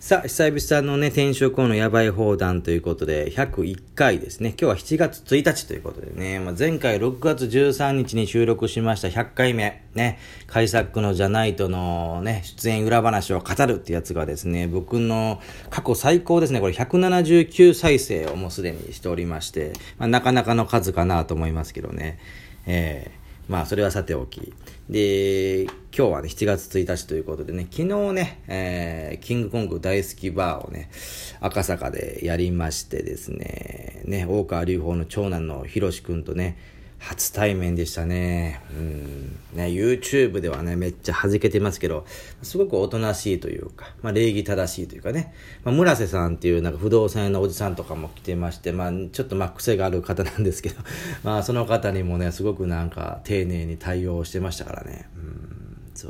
さあ、久々のね、転職後のやばい放談ということで、101回ですね。今日は7月1日ということでね、前回6月13日に収録しました100回目、ね、カイサックのじゃないとのね、出演裏話を語るってやつがですね、僕の過去最高ですね、これ179再生をもうすでにしておりまして、なかなかの数かなと思いますけどね。それはさておき。で、今日はね、7月1日ということでね、昨日ね、キングコング大好きバーをね、赤坂でやりましてですね、大川隆法の長男のひろしくんとね、初対面でしたね。YouTube ではね、めっちゃ弾けてますけど、すごくおとなしいというか、礼儀正しいというかね、村瀬さんっていうなんか不動産屋のおじさんとかも来てまして、ちょっと癖がある方なんですけど、その方にもね、すごくなんか丁寧に対応してましたからね。そう。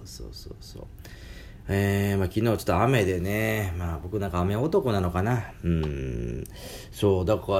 昨日ちょっと雨でね、僕なんか雨男なのかな。そう、だから、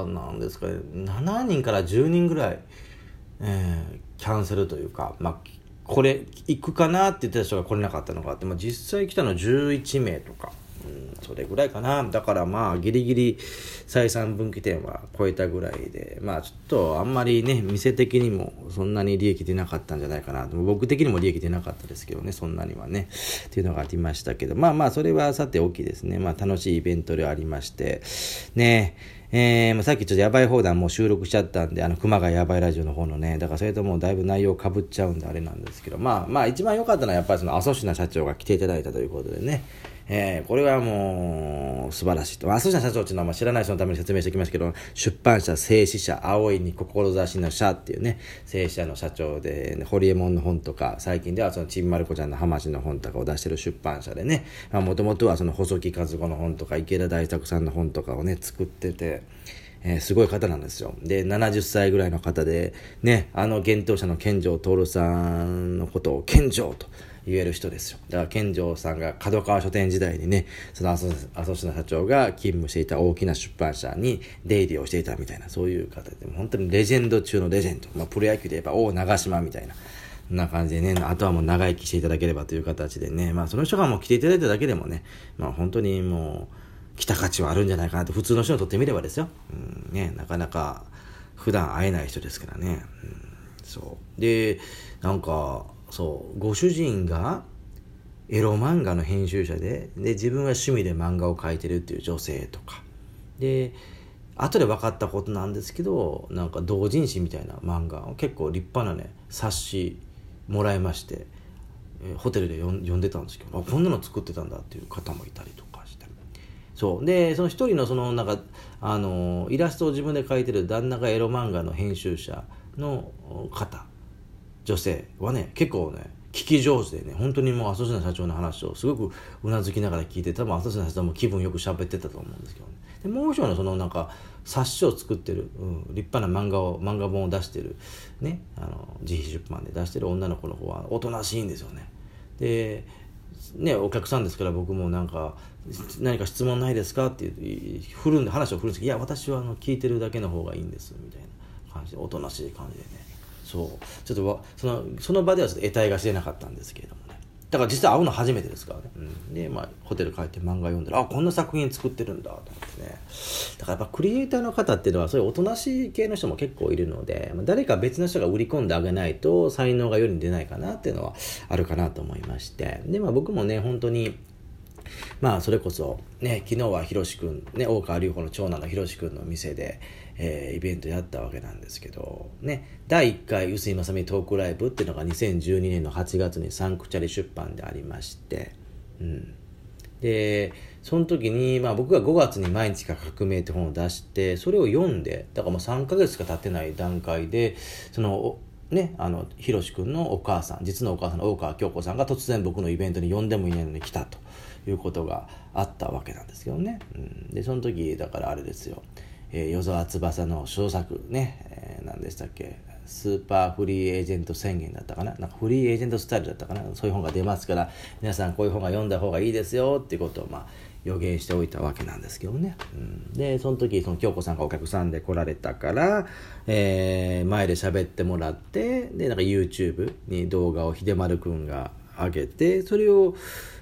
なんですかね、7人から10人ぐらい、キャンセルというか、これ行くかなって言ってた人が来れなかったのがあって、実際来たの11名とか、それぐらいかな。だからギリギリ採算分岐点は超えたぐらいで、ちょっとあんまりね、店的にもそんなに利益出なかったんじゃないかなと。僕的にも利益出なかったですけどね、そんなにはねっていうのがありましたけど、それはさておきですね。楽しいイベントでありましてね。さっきちょっとやばい放談もう収録しちゃったんで、熊谷やばいラジオの方のね、だからそれともうだいぶ内容かぶっちゃうんであれなんですけど、一番良かったのはやっぱりその阿蘇科社長が来ていただいたということでね、これはもう素晴らしいと。阿蘇科社長っていうのは知らない人のために説明しておきますけど、出版社、製紙社、青いに志の社っていうね、製紙社の社長で、ホリエモンの本とか、最近ではそのちんまる子ちゃんの浜地の本とかを出してる出版社でね、もともとはその細木和子の本とか、池田大作さんの本とかをね、作ってて、すごい方なんですよ。で、70歳ぐらいの方で、ね、幻冬舎の健城徹さんのことを健城と言える人ですよ。だから健城さんが角川書店時代にね、その阿蘇科社長が勤務していた大きな出版社に出入りをしていたみたいな、そういう方で、本当にレジェンド中のレジェンド。プロ野球で言えば王長島みたいな。そんな感じでね、あとはもう長生きしていただければという形でね、その人がもう来ていただいただけでもね、本当にもう、来た価値はあるんじゃないかなと、普通の人にとってみればですよ。なかなか普段会えない人ですからね。そうで、なんかご主人がエロ漫画の編集者で自分は趣味で漫画を描いてるっていう女性とかで、後で分かったことなんですけど、なんか同人誌みたいな漫画を結構立派なね冊子もらいまして、ホテルで読んでたんですけど、こんなの作ってたんだっていう方もいたりとか。そうで、その一人のそのなんかイラストを自分で描いてる旦那がエロ漫画の編集者の方、女性はね、結構ね聞き上手でね、本当にもう阿蘇科社長の話をすごくうなずきながら聞いて、多分阿蘇科社長も気分よく喋ってたと思うんですけどね。でもう一人のそのなんか冊子を作ってる、立派な漫画本を出してるね、自費出版で出してる女の子の方はおとなしいんですよね。でね、お客さんですから、僕もなんか何か質問ないですかって話を振るんですけど、いや私は聞いてるだけの方がいいんですみたいな感じで、おとなしい感じでね。そうちょっとその場ではちょっと得体が知れなかったんですけれどもね。だから実は会うの初めてですからね。でホテル帰って漫画読んだら、こんな作品作ってるんだと思ってね。だからやっぱクリエイターの方っていうのはそういうおとなしい系の人も結構いるので、誰か別の人が売り込んであげないと才能が世に出ないかなっていうのはあるかなと思いまして、で僕もね本当にそれこそね、昨日はひろしくんね、大川隆法の長男のひろしくんの店で、イベントやったわけなんですけどね、第1回臼井まさみトークライブっていうのが2012年の8月にサンクチャリ出版でありまして、でその時に僕が5月に毎日が革命って本を出して、それを読んで、だからもう3ヶ月しか経ってない段階で、そのね、ひろしくんのお母さん、実のお母さんの大川京子さんが突然僕のイベントに呼んでもいないのに来たということがあったわけなんですけどね。でその時だからあれですよ、与沢翼の小作ね、何でしたっけ、スーパーフリーエージェント宣言だったかな、なんかフリーエージェントスタイルだったかな、そういう本が出ますから、皆さんこういう本が読んだ方がいいですよっていうことを予言しておいたわけなんですけどね。でその時その京子さんがお客さんで来られたから、前で喋ってもらって、でなんか YouTube に動画を秀丸くんが上げて、それを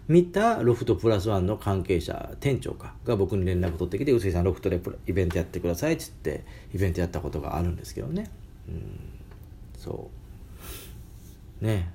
見たロフトプラスワンの関係者、店長が僕に連絡取ってきて、臼井さんロフトでイベントやってくださいっつってイベントやったことがあるんですけどね。そうね、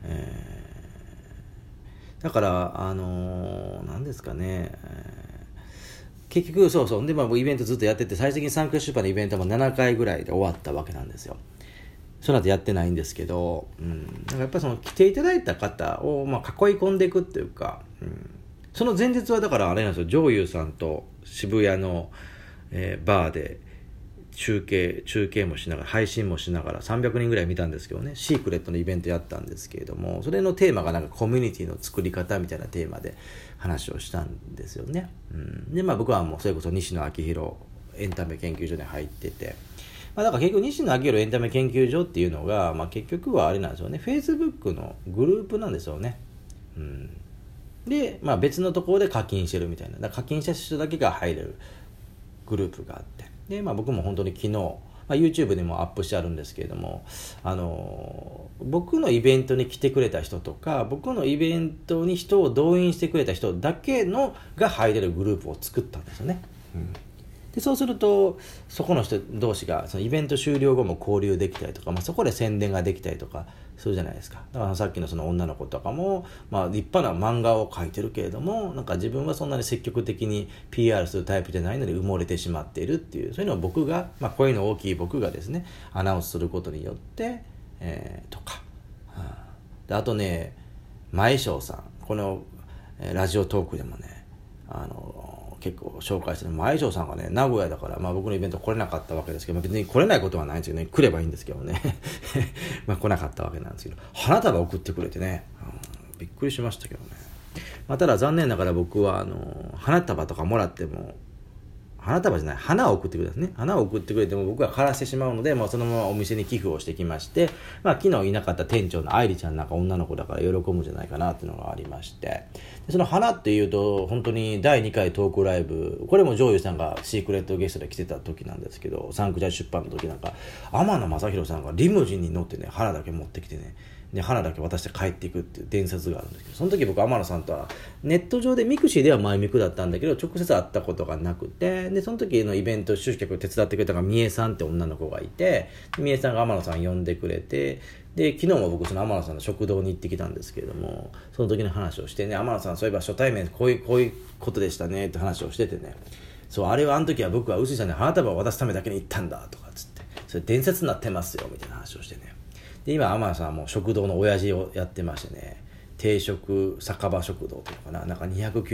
だから何ですかね、結局そうで、イベントずっとやってて、最終的に産経出版のイベントも7回ぐらいで終わったわけなんですよ。その後やってないんですけど、だからやっぱりその来ていただいた方を、囲い込んでいくっていうか、その前日はだからあれなんですよ、上優さんと渋谷の、バーで中継もしながら配信もしながら300人ぐらい見たんですけどね、シークレットのイベントやったんですけれども、それのテーマがなんかコミュニティの作り方みたいなテーマで話をしたんですよね。で僕はもうそれこそ西野昭弘エンタメ研究所に入ってて、だから結局西野昭弘エンタメ研究所っていうのが、結局はあれなんですよね、Facebook のグループなんですよね。で、別のところで課金してるみたいな、だから課金した人だけが入れるグループがあって、で、僕も本当に昨日、YouTube にもアップしてあるんですけれども、僕のイベントに来てくれた人とか、僕のイベントに人を動員してくれた人だけのが入れるグループを作ったんですよね。でそうするとそこの人同士がそのイベント終了後も交流できたりとか、そこで宣伝ができたりとかするじゃないですか。だからさっきのその女の子とかも、立派な漫画を描いてるけれども、なんか自分はそんなに積極的に PR するタイプじゃないので埋もれてしまっているっていう、そういうのを僕が、声の大きい僕がですねアナウンスすることによって、とか、であとね、前翔さん、この、ラジオトークでもね結構紹介してる前翔さんがね、名古屋だから、僕のイベント来れなかったわけですけど、別に来れないことはないんですけどね、来ればいいんですけどね来なかったわけなんですけど、花束送ってくれてね、びっくりしましたけどね。ただ残念ながら僕は花束とかもらっても、花束じゃない、花を送ってくれたんですね。花を送ってくれても僕は枯らしてしまうので、そのままお店に寄付をしてきまして、昨日いなかった店長の愛理ちゃんなんか女の子だから喜ぶんじゃないかなっていうのがありまして、でその花っていうと本当に第2回トークライブ、これも上優さんがシークレットゲストで来てた時なんですけど、サンクジャ出版の時なんか天野正弘さんがリムジンに乗ってね、花だけ持ってきてね、で花だけ渡して帰っていくっていう伝説があるんですけど、その時僕天野さんとはネット上でミクシーでは前ミクだったんだけど直接会ったことがなくて、でその時のイベント集客を手伝ってくれたのが三重さんって女の子がいて、三重さんが天野さん呼んでくれて、で昨日も僕その天野さんの食堂に行ってきたんですけれども、その時の話をしてね、天野さんそういえば初対面こういうことでしたねって話をしててね、そうあれはあの時は僕は臼井さんに花束を渡すためだけに行ったんだとかつって、それ伝説になってますよみたいな話をしてね、で今天野さんはもう食堂の親父をやってましてね、定食酒場食堂というのかな、なんか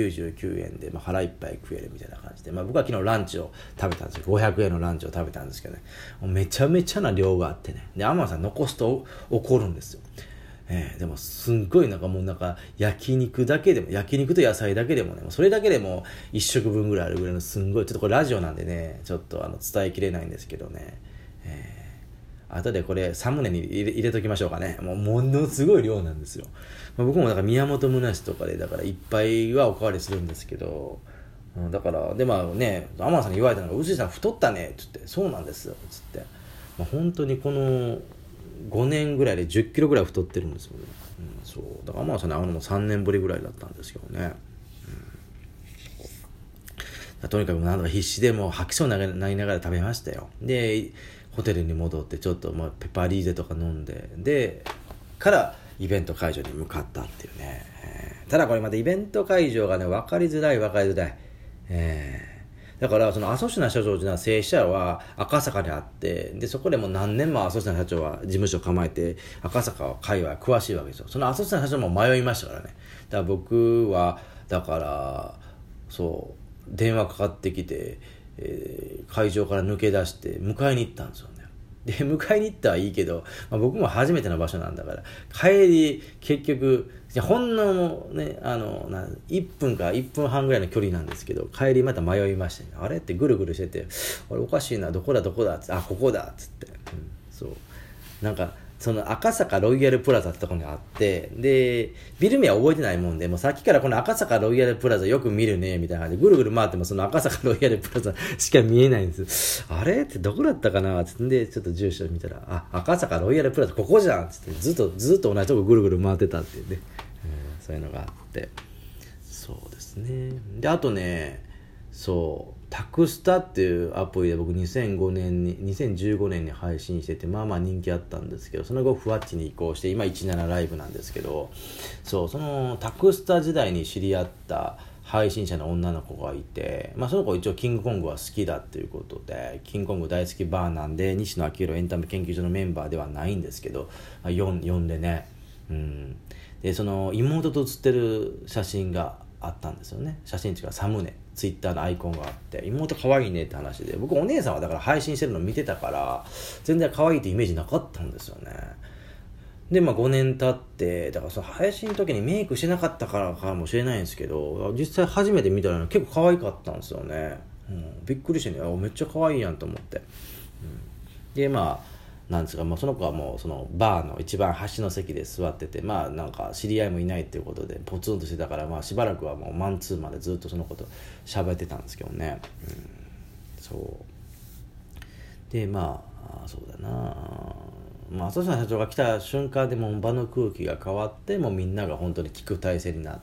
299円で、腹いっぱい食えるみたいな感じで、僕は昨日ランチを食べたんですよ。500円のランチを食べたんですけどね、もうめちゃめちゃな量があってね、で天野さん残すと怒るんですよ。でもすんごいなんか焼肉だけでも、焼肉と野菜だけでもね、それだけでも1食分ぐらいあるぐらいのすんごい、ちょっとこれラジオなんでねちょっと伝えきれないんですけどね、後でこれサムネに入れときましょうかね。ものすごい量なんですよ。僕もだから宮本むなしとかでだからいっぱいはおかわりするんですけど、だからでね、天野さんに言われたのが、臼井さん太ったねっつって、そうなんですよっつって、本当にこの5年ぐらいで10キロぐらい太ってるんですよね。そうだから天野さんに会うのも3年ぶりぐらいだったんですけどね。とにかくなんとか必死でもう吐きそうになりながら食べましたよ。でホテルに戻ってちょっとペパリーゼとか飲んで、でからイベント会場に向かったっていうね、ただこれまたイベント会場がね分かりづらい、だからその阿蘇市な社長というのは正社は赤坂にあって、でそこでもう何年も阿蘇市な社長は事務所構えて赤坂界隈詳しいわけですよ。その阿蘇市な社長も迷いましたからね。だから僕はだからそう電話かかってきて、会場から抜け出して迎えに行ったんですよね。で迎えに行ったはいいけど、僕も初めての場所なんだから、帰り結局ほんのね1分か1分半ぐらいの距離なんですけど、帰りまた迷いまして、ね、あれってぐるぐるしてて、あれおかしいな、どこだっつって、ここだっつって、そうなんかその赤坂ロイヤルプラザってとこにあって、でビル名は覚えてないもんで、もうさっきからこの赤坂ロイヤルプラザよく見るねみたいな感じでぐるぐる回ってもその赤坂ロイヤルプラザしか見えないんです。あれってどこだったかなつって、ちょっと住所見たら、赤坂ロイヤルプラザここじゃんつって、ずっと同じとこぐるぐる回ってたっていうね、そういうのがあって、 ね。であとね、そうタクスタっていうアプリで僕2015年に配信してて、まあまあ人気あったんですけど、その後ふわっちに移行して今17ライブなんですけど、そのタクスタ時代に知り合った配信者の女の子がいて、まあ、その子一応キングコングは好きだっていうことで、キングコング大好きバーなんで、西野昭弘エンタメ研究所のメンバーではないんですけど、呼んでね、でその妹と写ってる写真があったんですよね。写真っていうかサムネ、ツイッターのアイコンがあって、妹可愛いねって話で、僕お姉さんはだから配信してるの見てたから全然可愛いってイメージなかったんですよね。で5年経って、だからその配信の時にメイクしてなかったからかもしれないんですけど、実際初めて見たら結構可愛かったんですよね。びっくりしてね、めっちゃ可愛いやんと思って、でなんですか、その子はもうそのバーの一番端の席で座ってて、なんか知り合いもいないっていうことでポツンとしてたから、しばらくはもうマンツーまでずっとその子と喋ってたんですけどね。そうでそうだな、朝日社長が来た瞬間でも場の空気が変わって、もうみんなが本当に聞く体制になって、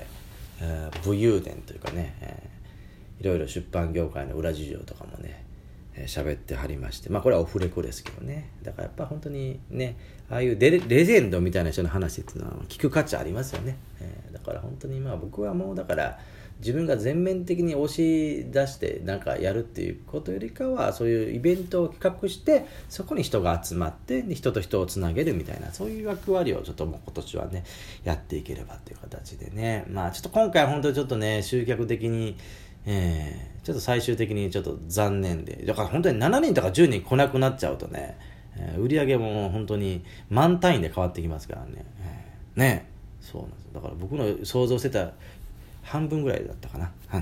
武勇伝というかね、いろいろ出版業界の裏事情とかもね喋ってはりまして、これはオフレコですけどね。だからやっぱ本当にね、ああいうレジェンドみたいな人の話っていうのは聞く価値ありますよね。だから本当に僕はもうだから自分が全面的に押し出してなんかやるっていうことよりかは、そういうイベントを企画してそこに人が集まって人と人をつなげるみたいな、そういう役割をちょっともう今年はねやっていければっていう形でね、ちょっと今回本当にちょっとね集客的にちょっと最終的にちょっと残念で、だから本当に7人とか10人来なくなっちゃうとね、売り上げも本当に万単位で変わってきますからね。そうなんです。だから僕の想像してた半分ぐらいだったかな。